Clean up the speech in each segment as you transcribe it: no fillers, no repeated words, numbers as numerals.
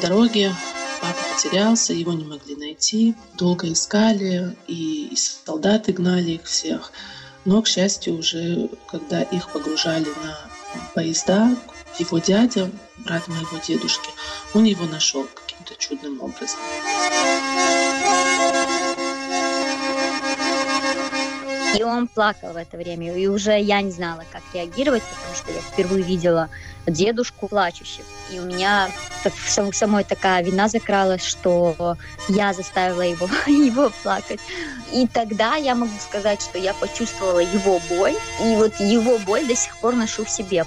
дороге папа потерялся, его не могли найти. Долго искали, и солдаты гнали их всех. Но, к счастью, уже когда их погружали на поезда, его дядя, брат моего дедушки, он его нашел каким-то чудным образом. И он плакал в это время, и уже я не знала, как реагировать, потому что я впервые видела дедушку плачущим. И у меня самой такая вина закралась, что я заставила его плакать. И тогда я могу сказать, что я почувствовала его боль, и вот его боль до сих пор ношу в себе.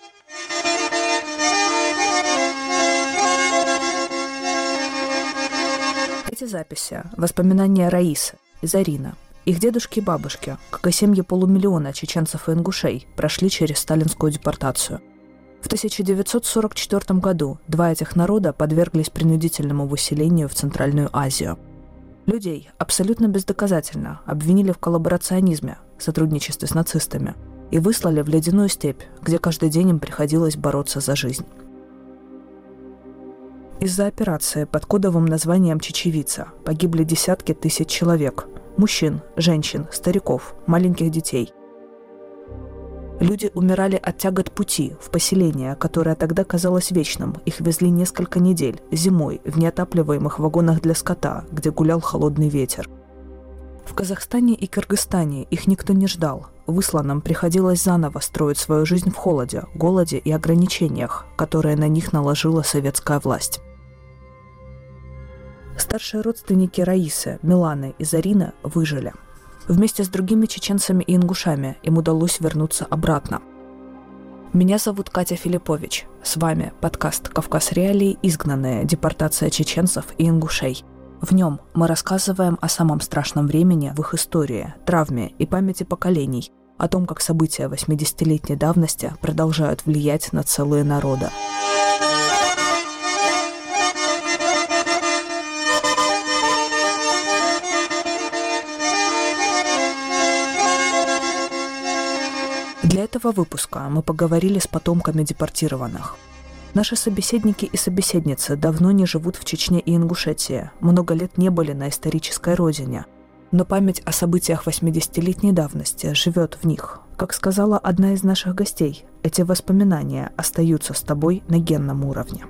Эти записи – воспоминания Раисы и Зарина. Их дедушки и бабушки, как и семьи полумиллиона чеченцев и ингушей, прошли через сталинскую депортацию. В 1944 году два этих народа подверглись принудительному выселению в Центральную Азию. Людей абсолютно бездоказательно обвинили в коллаборационизме, сотрудничестве с нацистами, и выслали в ледяную степь, где каждый день им приходилось бороться за жизнь. Из-за операции под кодовым названием «Чечевица» погибли десятки тысяч человек – мужчин, женщин, стариков, маленьких детей. Люди умирали от тягот пути в поселение, которое тогда казалось вечным. Их везли несколько недель, зимой, в неотапливаемых вагонах для скота, где гулял холодный ветер. В Казахстане и Кыргызстане их никто не ждал. Высланным приходилось заново строить свою жизнь в холоде, голоде и ограничениях, которые на них наложила советская власть. Старшие родственники Раисы, Миланы и Зарины выжили. Вместе с другими чеченцами и ингушами им удалось вернуться обратно. Меня зовут Катя Филиппович. С вами подкаст «Кавказ Реалии. Изгнанные. Депортация чеченцев и ингушей». В нем мы рассказываем о самом страшном времени в их истории, травме и памяти поколений, о том, как события 80-летней давности продолжают влиять на целые народы. Для этого выпуска мы поговорили с потомками депортированных. Наши собеседники и собеседницы давно не живут в Чечне и Ингушетии, много лет не были на исторической родине. Но память о событиях 80-летней давности живет в них. Как сказала одна из наших гостей, эти воспоминания остаются с тобой на генном уровне.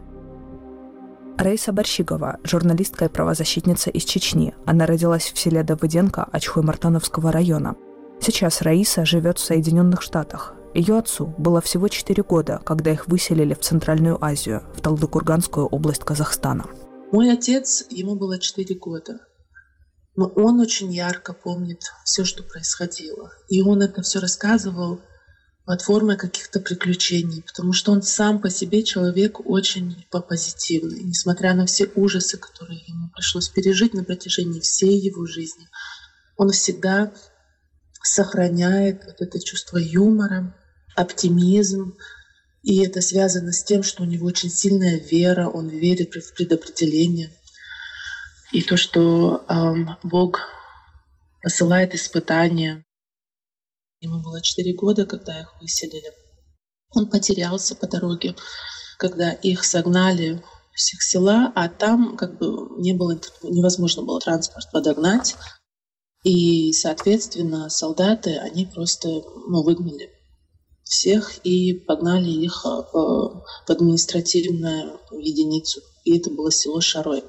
Раиса Барщигова – журналистка и правозащитница из Чечни. Она родилась в селе Давыденко Ачхой-Мартановского района. Сейчас Раиса живет в Соединенных Штатах. Ее отцу было всего 4 года, когда их выселили в Центральную Азию, в Талдыкурганскую область Казахстана. Мой отец, ему было 4 года. Но он очень ярко помнит все, что происходило. И он это все рассказывал под формой каких-то приключений, потому что он сам по себе человек очень позитивный. Несмотря на все ужасы, которые ему пришлось пережить на протяжении всей его жизни, он всегда сохраняет вот это чувство юмора, оптимизм. И это связано с тем, что у него очень сильная вера, он верит в предопределение. И то, что Бог посылает испытания. Ему было 4 года, когда их выселили. Он потерялся по дороге, когда их согнали с их села, а там невозможно было транспорт подогнать. И, соответственно, солдаты, они просто выгнали всех и погнали их в административную единицу. И это было село Шарой.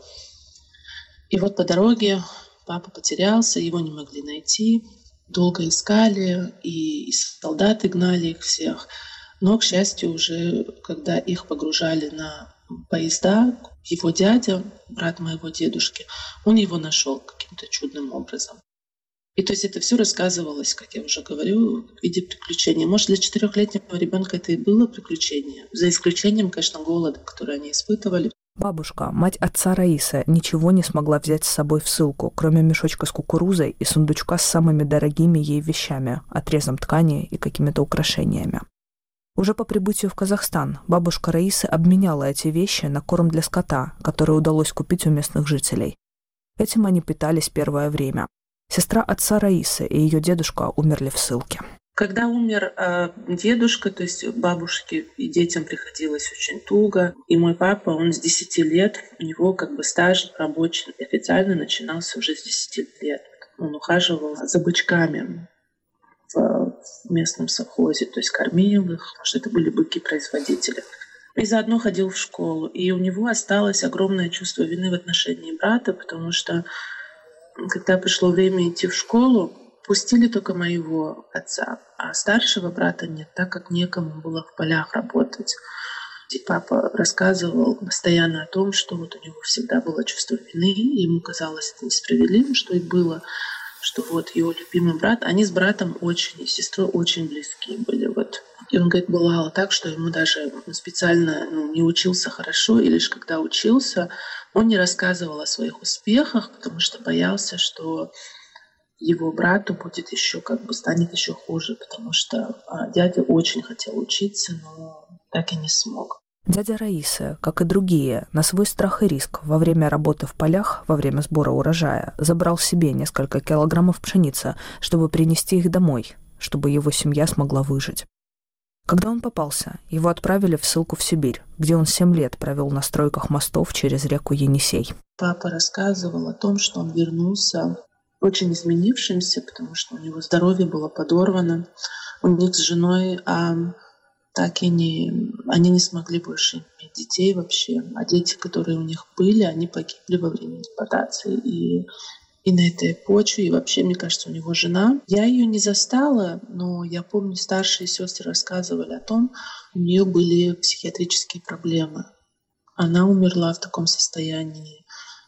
И вот по дороге папа потерялся, его не могли найти. Долго искали, и солдаты гнали их всех. Но, к счастью, уже когда их погружали на поезда, его дядя, брат моего дедушки, он его нашел каким-то чудным образом. И то есть это все рассказывалось, как я уже говорю, в виде приключений. Может, для 4-летнего ребенка это и было приключение, за исключением, конечно, голода, который они испытывали. Бабушка, мать отца Раисы, ничего не смогла взять с собой в ссылку, кроме мешочка с кукурузой и сундучка с самыми дорогими ей вещами, отрезом ткани и какими-то украшениями. Уже по прибытию в Казахстан бабушка Раисы обменяла эти вещи на корм для скота, который удалось купить у местных жителей. Этим они питались первое время. Сестра отца Раисы и ее дедушка умерли в ссылке. Когда умер дедушка, то есть бабушке и детям приходилось очень туго. И мой папа, он с 10 лет, у него как бы стаж рабочий официально начинался уже с 10 лет. Он ухаживал за бычками в местном совхозе, то есть кормил их, потому что это были быки-производители. И заодно ходил в школу. И у него осталось огромное чувство вины в отношении брата, потому что когда пришло время идти в школу, пустили только моего отца, а старшего брата нет, так как некому было в полях работать. И папа рассказывал постоянно о том, что вот у него всегда было чувство вины, и ему казалось это несправедливым, что и было, что вот его любимый брат, они с братом очень, и с сестрой очень близкие были. Вот. И он говорит, бывало так, что ему даже специально не учился хорошо, и лишь когда учился, он не рассказывал о своих успехах, потому что боялся, что его брату будет еще станет еще хуже, потому что дядя очень хотел учиться, но так и не смог. Дядя Раисы, как и другие, на свой страх и риск во время работы в полях, во время сбора урожая, забрал себе несколько килограммов пшеницы, чтобы принести их домой, чтобы его семья смогла выжить. Когда он попался, его отправили в ссылку в Сибирь, где он 7 лет провел на стройках мостов через реку Енисей. Папа рассказывал о том, что он вернулся очень изменившимся, потому что у него здоровье было подорвано. У них с женой они не смогли больше иметь детей вообще. А дети, которые у них были, они погибли во время депортации. И на этой почве, и вообще, мне кажется, у него жена. Я ее не застала, но я помню, старшие сестры рассказывали о том, у нее были психиатрические проблемы. Она умерла в таком состоянии.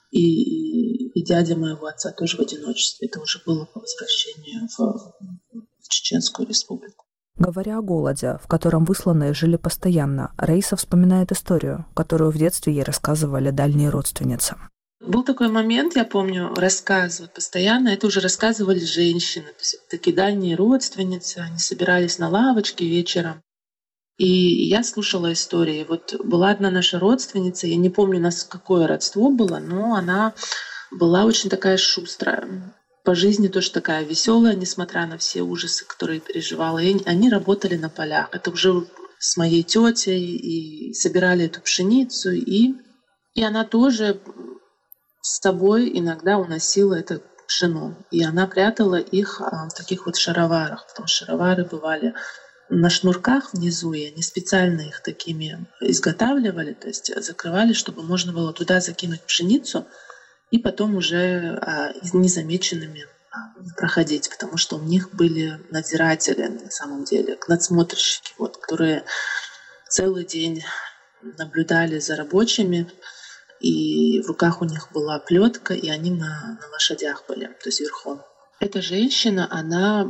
И дядя моего отца тоже в одиночестве. Это уже было по возвращению в Чеченскую республику. Говоря о голоде, в котором высланные жили постоянно, Раиса вспоминает историю, которую в детстве ей рассказывали дальние родственницы. Был такой момент, я помню, рассказывают постоянно. Это уже рассказывали женщины. То есть такие дальние родственницы. Они собирались на лавочке вечером. И я слушала истории. Вот была одна наша родственница, я не помню, у нас какое родство было, но она была очень такая шустрая. По жизни тоже такая веселая, несмотря на все ужасы, которые переживала. И они работали на полях. Это уже с моей тетей, и собирали эту пшеницу. И она тоже с собой иногда уносила это пшено. И она прятала их в таких вот шароварах, потому что шаровары бывали на шнурках внизу, и они специально их такими изготавливали, то есть закрывали, чтобы можно было туда закинуть пшеницу и потом уже незамеченными проходить, потому что у них были надзиратели, на самом деле, надсмотрщики, которые целый день наблюдали за рабочими, и в руках у них была плетка, и они на лошадях были, то есть верхом. Эта женщина, она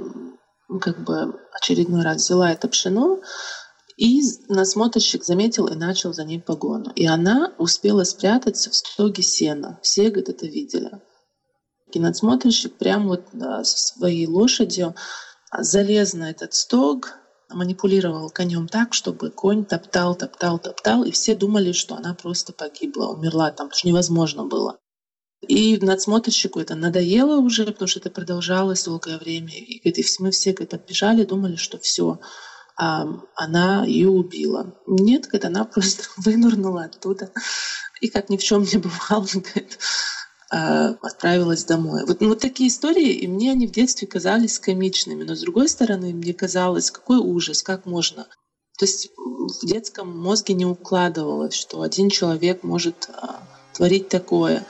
очередной раз взяла это пшено, и надсмотрщик заметил и начал за ней погоню. И она успела спрятаться в стоге сена. Все, говорит, это видели. И надсмотрщик прямо со своей лошадью залез на этот стог, манипулировал конем так, чтобы конь топтал, и все думали, что она просто погибла, умерла там, потому что невозможно было. И надсмотрщику это надоело уже, потому что это продолжалось долгое время. И мы все отбежали, думали, что все, она ее убила. Нет, она просто вынырнула оттуда и, как ни в чем не бывало, отправилась домой. Вот такие истории, и мне они в детстве казались комичными. Но с другой стороны, мне казалось, какой ужас, как можно. То есть в детском мозге не укладывалось, что один человек может творить такое.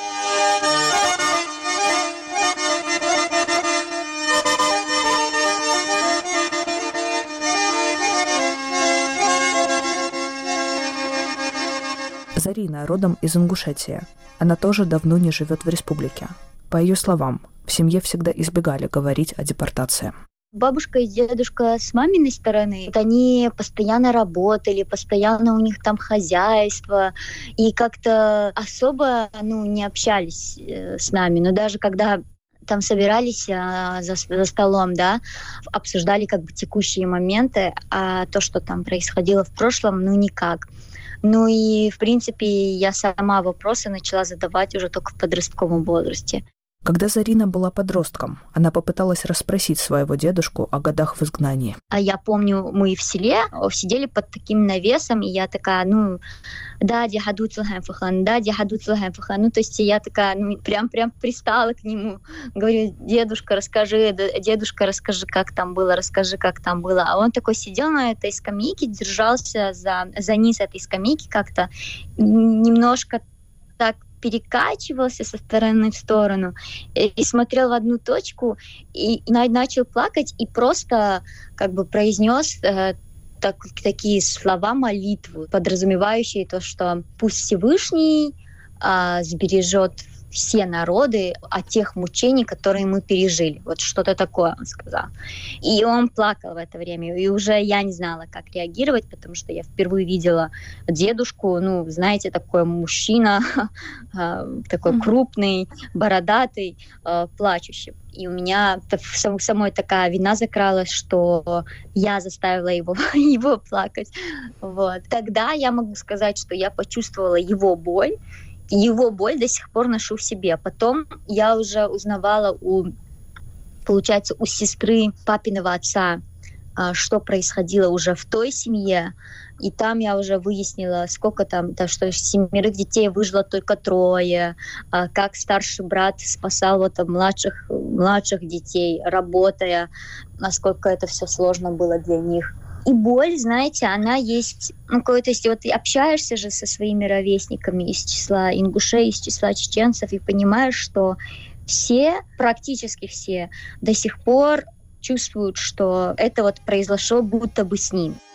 Зарина родом из Ингушетии. Она тоже давно не живет в республике. По ее словам, в семье всегда избегали говорить о депортации. Бабушка и дедушка с маминой стороны, они постоянно работали, постоянно у них там хозяйство, и как-то особо не общались с нами. Но даже когда там собирались за столом, обсуждали текущие моменты, а то, что там происходило в прошлом, никак. И, в принципе, я сама вопросы начала задавать уже только в подростковом возрасте. Когда Зарина была подростком, она попыталась расспросить своего дедушку о годах в изгнании. А я помню, мы в селе сидели под таким навесом, и я такая, да, дядя Цилхайм-Фахан, да, дядя Цилхайм-Фахан. То есть я такая, прям пристала к нему. Говорю, дедушка, расскажи, как там было, расскажи, как там было. А он такой сидел на этой скамейке, держался за низ этой скамейки как-то, немножко так перекачивался со стороны в сторону и смотрел в одну точку и начал плакать и просто как бы произнес такие слова молитвы, подразумевающие то, что пусть Всевышний сбережет все народы от тех мучений, которые мы пережили. Вот что-то такое он сказал. И он плакал в это время. И уже я не знала, как реагировать, потому что я впервые видела дедушку, знаете, такой мужчина, такой крупный, бородатый, плачущий. И у меня самой такая вина закралась, что я заставила его плакать. Вот. Тогда я могу сказать, что я почувствовала его боль, и его боль до сих пор ношу в себе. Потом я уже узнавала у сестры папиного отца, что происходило уже в той семье. И там я уже выяснила, сколько там, что из 7 детей выжило только 3, как старший брат спасал младших детей, работая, насколько это все сложно было для них. И боль, знаете, она есть, то есть вот общаешься же со своими ровесниками из числа ингушей, из числа чеченцев, и понимаешь, что практически все до сих пор чувствуют, что это вот произошло будто бы с ним.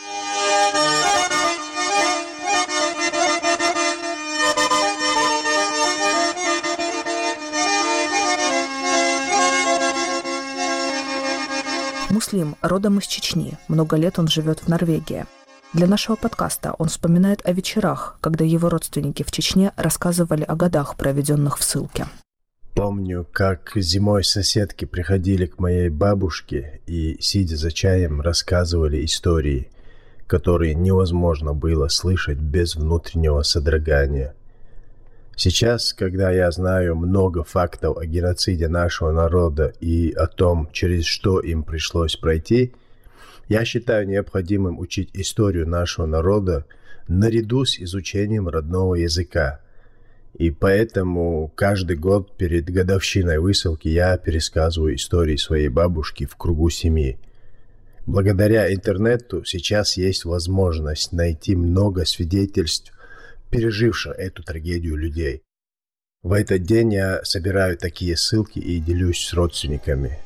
Муслим родом из Чечни, много лет он живет в Норвегии. Для нашего подкаста он вспоминает о вечерах, когда его родственники в Чечне рассказывали о годах, проведенных в ссылке. Помню, как зимой соседки приходили к моей бабушке и, сидя за чаем, рассказывали истории, которые невозможно было слышать без внутреннего содрогания. Сейчас, когда я знаю много фактов о геноциде нашего народа и о том, через что им пришлось пройти, я считаю необходимым учить историю нашего народа наряду с изучением родного языка. И поэтому каждый год перед годовщиной высылки я пересказываю истории своей бабушки в кругу семьи. Благодаря интернету сейчас есть возможность найти много свидетельств переживших эту трагедию людей. В этот день я собираю такие ссылки и делюсь с родственниками.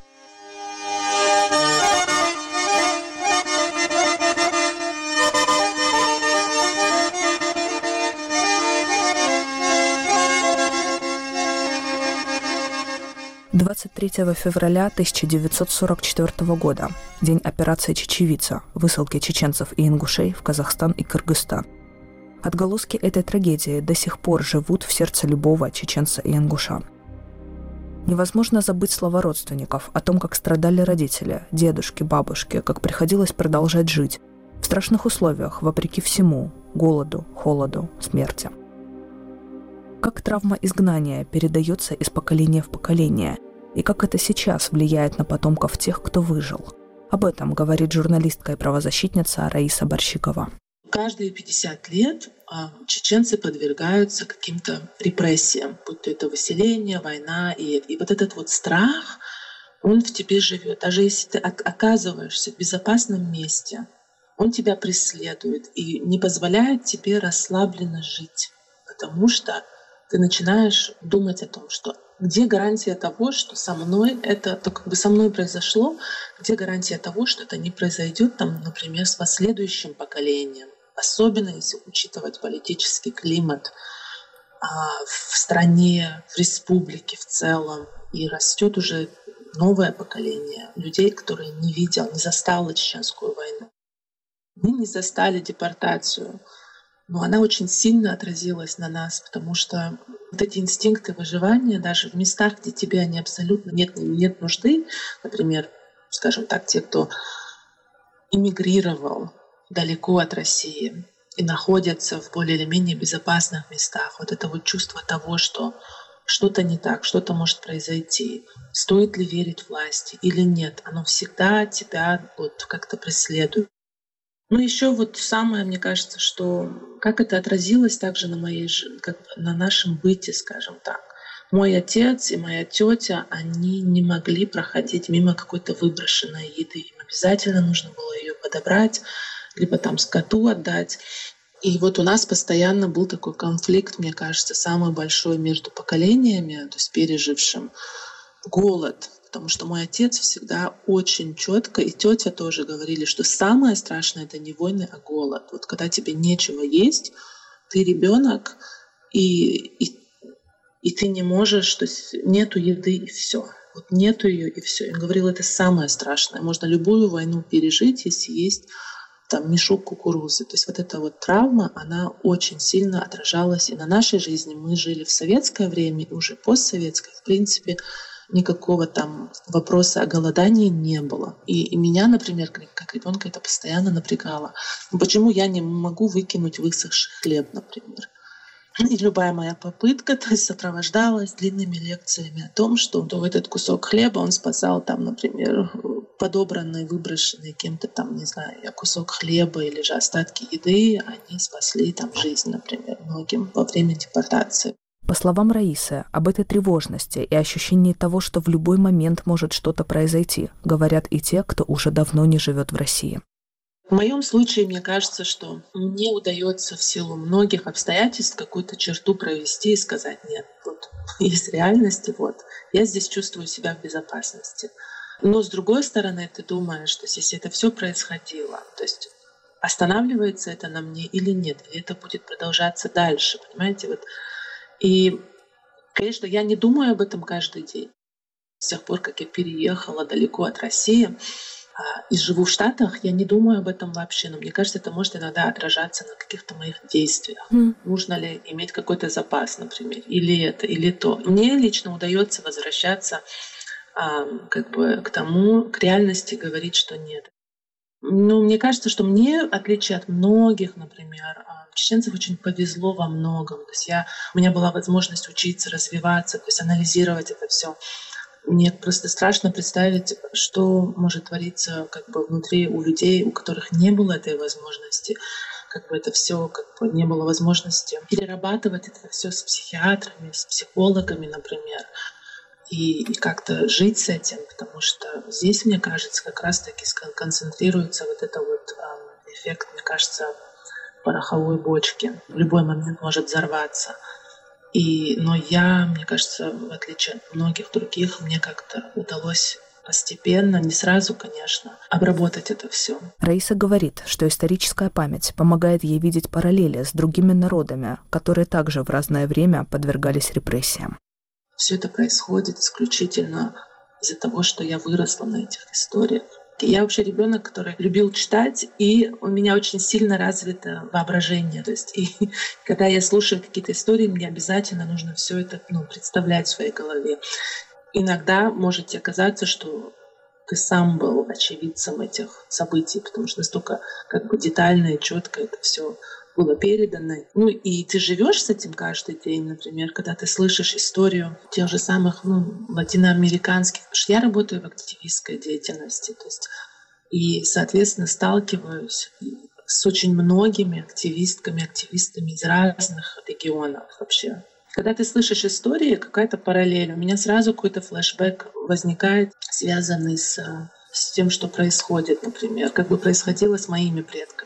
— 23 февраля 1944 года, день операции «Чечевица», высылки чеченцев и ингушей в Казахстан и Кыргызстан. Отголоски этой трагедии до сих пор живут в сердце любого чеченца и ингуша. Невозможно забыть слова родственников о том, как страдали родители, дедушки, бабушки, как приходилось продолжать жить в страшных условиях, вопреки всему – голоду, холоду, смерти. Как травма изгнания передается из поколения в поколение, и как это сейчас влияет на потомков тех, кто выжил. Об этом говорит журналистка и правозащитница Раиса Борщикова. Каждые 50 лет чеченцы подвергаются каким-то репрессиям, будь то это выселение, война. И вот этот вот страх, он в тебе живет. Даже если ты оказываешься в безопасном месте, он тебя преследует и не позволяет тебе расслабленно жить, потому что ты начинаешь думать о том, что где гарантия того, что со мной со мной произошло, где гарантия того, что это не произойдет, например, с последующим поколением, особенно если учитывать политический климат в стране, в республике в целом, и растет уже новое поколение людей, которые не застало Чеченскую войну. Мы не застали депортацию, но она очень сильно отразилась на нас, потому что вот эти инстинкты выживания, даже в местах, где тебе они абсолютно нет нужды, например, скажем так, те, кто эмигрировал далеко от России и находятся в более или менее безопасных местах, вот это вот чувство того, что что-то не так, что-то может произойти, стоит ли верить власти или нет, оно всегда тебя вот как-то преследует. Ну, еще вот самое, мне кажется, что как это отразилось также на на нашем быте, скажем так. Мой отец и моя тетя, они не могли проходить мимо какой-то выброшенной еды. Им обязательно нужно было ее подобрать, либо там скоту отдать. И вот у нас постоянно был такой конфликт, мне кажется, самый большой между поколениями, то есть пережившим голод. Потому что мой отец всегда очень четко, и тетя тоже говорили, что самое страшное — это не войны, а голод. Вот когда тебе нечего есть, ты ребенок, и ты не можешь, то есть нету еды и все. Вот нету ее и все. Он говорил, это самое страшное. Можно любую войну пережить, если есть там мешок кукурузы. То есть вот эта вот травма, она очень сильно отражалась и на нашей жизни. Мы жили в советское время, и уже постсоветское, в принципе, никакого там вопроса о голодании не было. И меня, например, как ребенка это постоянно напрягало. Почему я не могу выкинуть высохший хлеб, например? И любая моя попытка, то есть, сопровождалась длинными лекциями о том, что этот кусок хлеба, он спасал там, например, подобранный, выброшенный кем-то там, не знаю, кусок хлеба или же остатки еды, они спасли там жизнь, например, многим во время депортации. По словам Раисы, об этой тревожности и ощущении того, что в любой момент может что-то произойти, говорят и те, кто уже давно не живет в России. В моем случае, мне кажется, что мне удается в силу многих обстоятельств какую-то черту провести и сказать: нет, вот из реальности, вот я здесь чувствую себя в безопасности. Но с другой стороны, ты думаешь, что если это все происходило, то есть останавливается это на мне или нет, или это будет продолжаться дальше, понимаете? Вот. И, конечно, я не думаю об этом каждый день. С тех пор, как я переехала далеко от России и живу в Штатах, я не думаю об этом вообще. Но мне кажется, это может иногда отражаться на каких-то моих действиях. Нужно ли иметь какой-то запас, например, или это, или то. Мне лично удается возвращаться к реальности, говорить, что нет. Ну, мне кажется, что мне, в отличие от многих, например, чеченцев, очень повезло во многом. То есть у меня была возможность учиться, развиваться, то есть анализировать это все. Мне просто страшно представить, что может твориться внутри у людей, у которых не было этой возможности. Это все не было возможности перерабатывать это все с психиатрами, с психологами, например. И как-то жить с этим, потому что здесь, мне кажется, как раз-таки концентрируется вот это вот эффект, мне кажется, пороховой бочки. В любой момент может взорваться. Но мне кажется, в отличие от многих других, мне как-то удалось постепенно, не сразу, конечно, обработать это все. Раиса говорит, что историческая память помогает ей видеть параллели с другими народами, которые также в разное время подвергались репрессиям. Все это происходит исключительно из-за того, что я выросла на этих историях. Я вообще ребенок, который любил читать, и у меня очень сильно развито воображение. То есть, и когда я слушаю какие-то истории, мне обязательно нужно все это представлять в своей голове. Иногда может оказаться, что ты сам был очевидцем этих событий, потому что настолько детально и четко это все было передано. И ты живешь с этим каждый день, например, когда ты слышишь историю тех же самых латиноамериканских, потому что я работаю в активистской деятельности, то есть, и, соответственно, сталкиваюсь с очень многими активистами из разных регионов вообще. Когда ты слышишь истории, какая-то параллель, у меня сразу какой-то флешбэк возникает, связанный с тем, что происходит, например, как бы происходило с моими предками.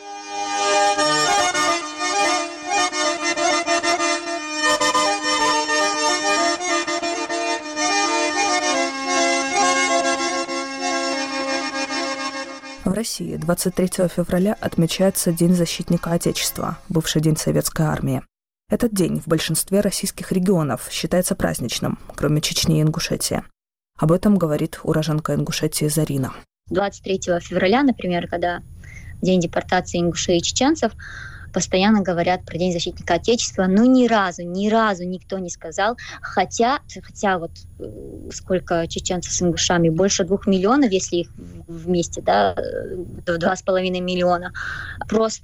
В России 23 февраля отмечается День защитника Отечества, бывший День Советской армии. Этот день в большинстве российских регионов считается праздничным, кроме Чечни и Ингушетии. Об этом говорит уроженка Ингушетии Зарина. 23 февраля, например, когда День депортации ингушей и чеченцев, постоянно говорят про День защитника Отечества, но ни разу никто не сказал, хотя вот сколько чеченцев с ингушами, больше 2 миллионов, если их вместе, 2,5 миллиона. Просто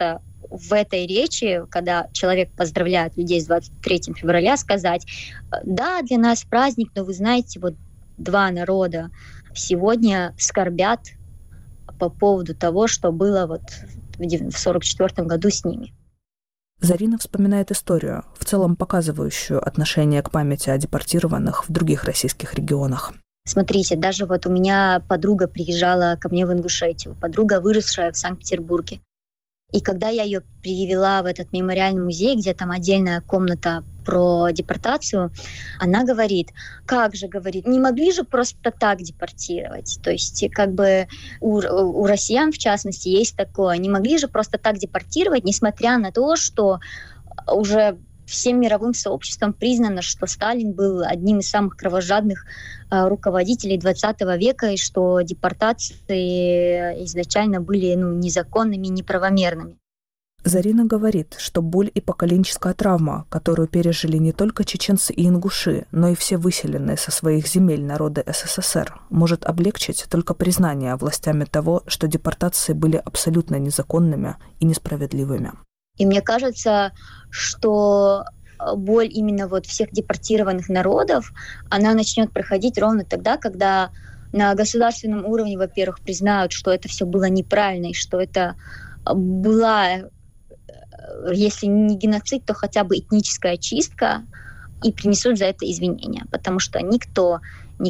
в этой речи, когда человек поздравляет людей с 23 февраля, сказать: да, для нас праздник, но вы знаете, вот два народа сегодня скорбят по поводу того, что было вот в 1944 году с ними. Зарина вспоминает историю, в целом показывающую отношение к памяти о депортированных в других российских регионах. Смотрите, даже вот у меня подруга приезжала ко мне в Ингушетию, подруга, выросшая в Санкт-Петербурге. И когда я ее привела в этот мемориальный музей, где там отдельная комната про депортацию, она говорит: как же, говорит, не могли же просто так депортировать. То есть как бы у россиян, в частности, есть такое, не могли же просто так депортировать, несмотря на то, что уже всем мировым сообществом признано, что Сталин был одним из самых кровожадных руководителей 20 века, и что депортации изначально были незаконными, неправомерными. Зарина говорит, что боль и поколенческая травма, которую пережили не только чеченцы и ингуши, но и все выселенные со своих земель народы СССР, может облегчить только признание властями того, что депортации были абсолютно незаконными и несправедливыми. И мне кажется, что боль именно вот всех депортированных народов, она начнет проходить ровно тогда, когда на государственном уровне, во-первых, признают, что это все было неправильно, и что это была, если не геноцид, то хотя бы этническая чистка, и принесут за это извинения. Потому что никто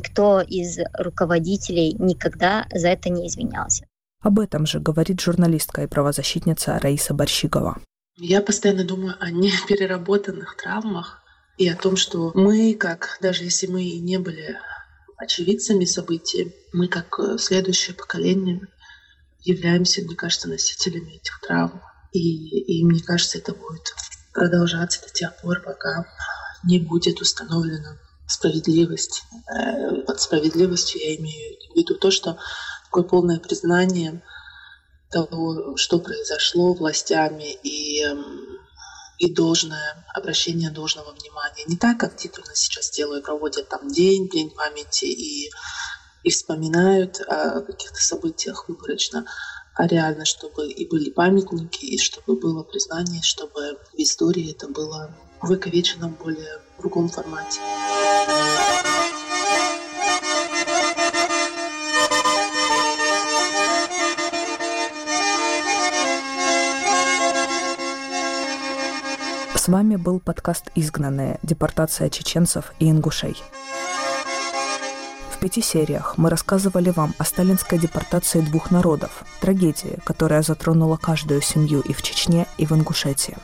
из руководителей никогда за это не извинялся. Об этом же говорит журналистка и правозащитница Раиса Борщигова. Я постоянно думаю о непереработанных травмах и о том, что мы, даже если мы и не были очевидцами событий, мы, как следующее поколение, являемся, мне кажется, носителями этих травм. И мне кажется, это будет продолжаться до тех пор, пока не будет установлена справедливость. Под справедливостью я имею в виду то, что такое полное признание того, что произошло властями, и должное обращение должного внимания. Не так, как титульно сейчас делают, проводят там день памяти и вспоминают о каких-то событиях выборочно, а реально, чтобы и были памятники, и чтобы было признание, чтобы в истории это было увековечено в более другом формате. С вами был подкаст «Изгнанные. Депортация чеченцев и ингушей». В 5 сериях мы рассказывали вам о сталинской депортации 2 народов, трагедии, которая затронула каждую семью и в Чечне, и в Ингушетии.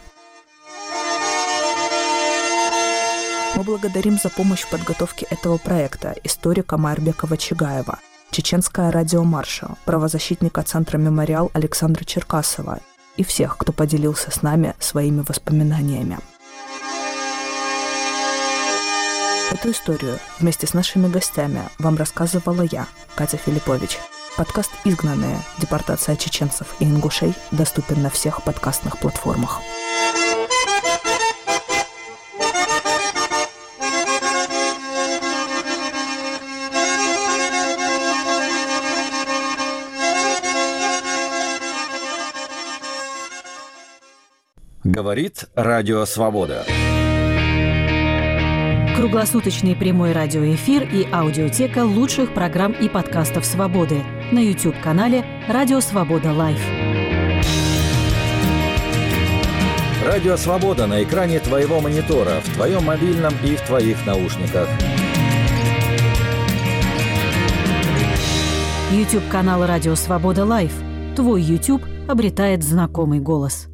Мы благодарим за помощь в подготовке этого проекта историка Майрбекова Чигаева, чеченская радиомарша, правозащитника Центра «Мемориал» Александра Черкасова и всех, кто поделился с нами своими воспоминаниями. Эту историю вместе с нашими гостями вам рассказывала я, Катя Филиппович. Подкаст «Изгнанные. Депортация чеченцев и ингушей» доступен на всех подкастных платформах. Говорит Радио Свобода. Круглосуточный прямой радиоэфир и аудиотека лучших программ и подкастов «Свободы» на YouTube-канале «Радио Свобода Лайв». Радио Свобода на экране твоего монитора, в твоем мобильном и в твоих наушниках. YouTube-канал «Радио Свобода Лайв». Твой YouTube обретает знакомый голос.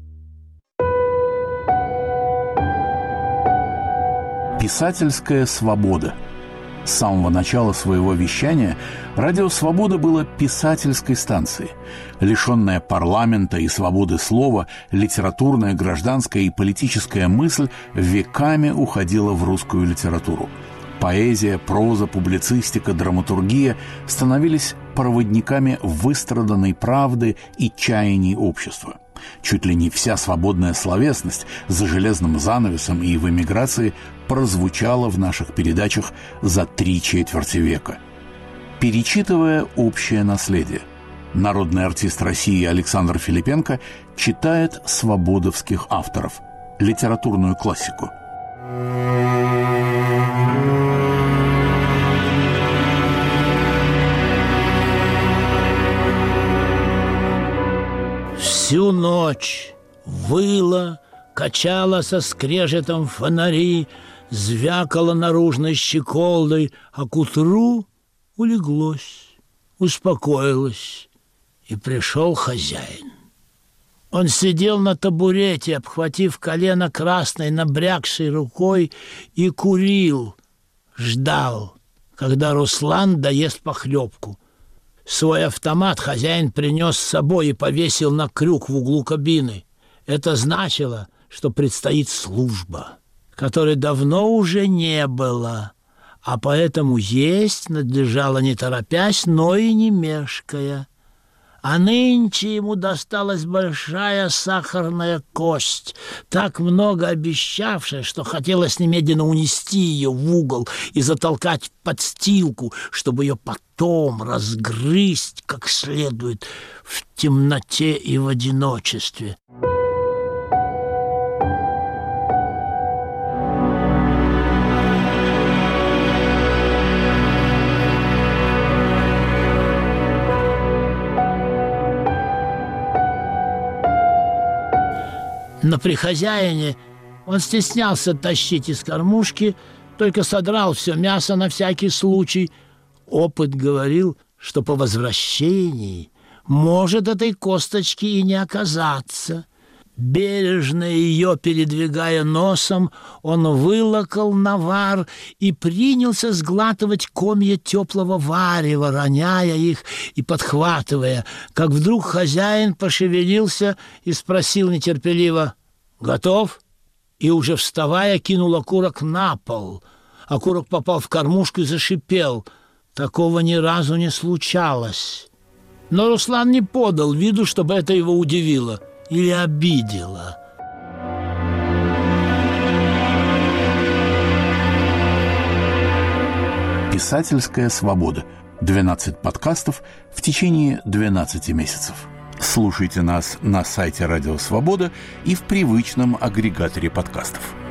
Писательская свобода. С самого начала своего вещания «Радио Свобода» было писательской станцией. Лишенная парламента и свободы слова, литературная, гражданская и политическая мысль веками уходила в русскую литературу. Поэзия, проза, публицистика, драматургия становились проводниками выстраданной правды и чаяний общества. Чуть ли не вся свободная словесность за железным занавесом и в эмиграции прозвучала в наших передачах за 3/4 века. Перечитывая общее наследие, Народный артист России Александр Филипенко читает свободовских авторов, литературную классику. Всю ночь выла, качала со скрежетом фонари, звякала наружной щеколдой, а к утру улеглось, успокоилось, и пришел хозяин. Он сидел на табурете, обхватив колено красной набрякшей рукой, и курил, ждал, когда Руслан доест похлебку. Свой автомат хозяин принес с собой и повесил на крюк в углу кабины. Это значило, что предстоит служба, которой давно уже не было, а поэтому есть надлежало не торопясь, но и не мешкая. А нынче ему досталась большая сахарная кость, так много обещавшая, что хотелось немедленно унести ее в угол и затолкать в подстилку, чтобы ее потом разгрызть как следует в темноте и в одиночестве. Но при хозяине он стеснялся тащить из кормушки, только содрал все мясо на всякий случай. Опыт говорил, что по возвращении может этой косточки и не оказаться. Бережно ее передвигая носом, он вылокал навар и принялся сглатывать комья теплого варева, роняя их и подхватывая, как вдруг хозяин пошевелился и спросил нетерпеливо: «Готов?» И уже вставая, кинул окурок на пол. Окурок попал в кормушку и зашипел. Такого ни разу не случалось. Но Руслан не подал виду, чтобы это его удивило или обидело. Писательская свобода. 12 подкастов в течение 12 месяцев. Слушайте нас на сайте Радио Свобода и в привычном агрегаторе подкастов.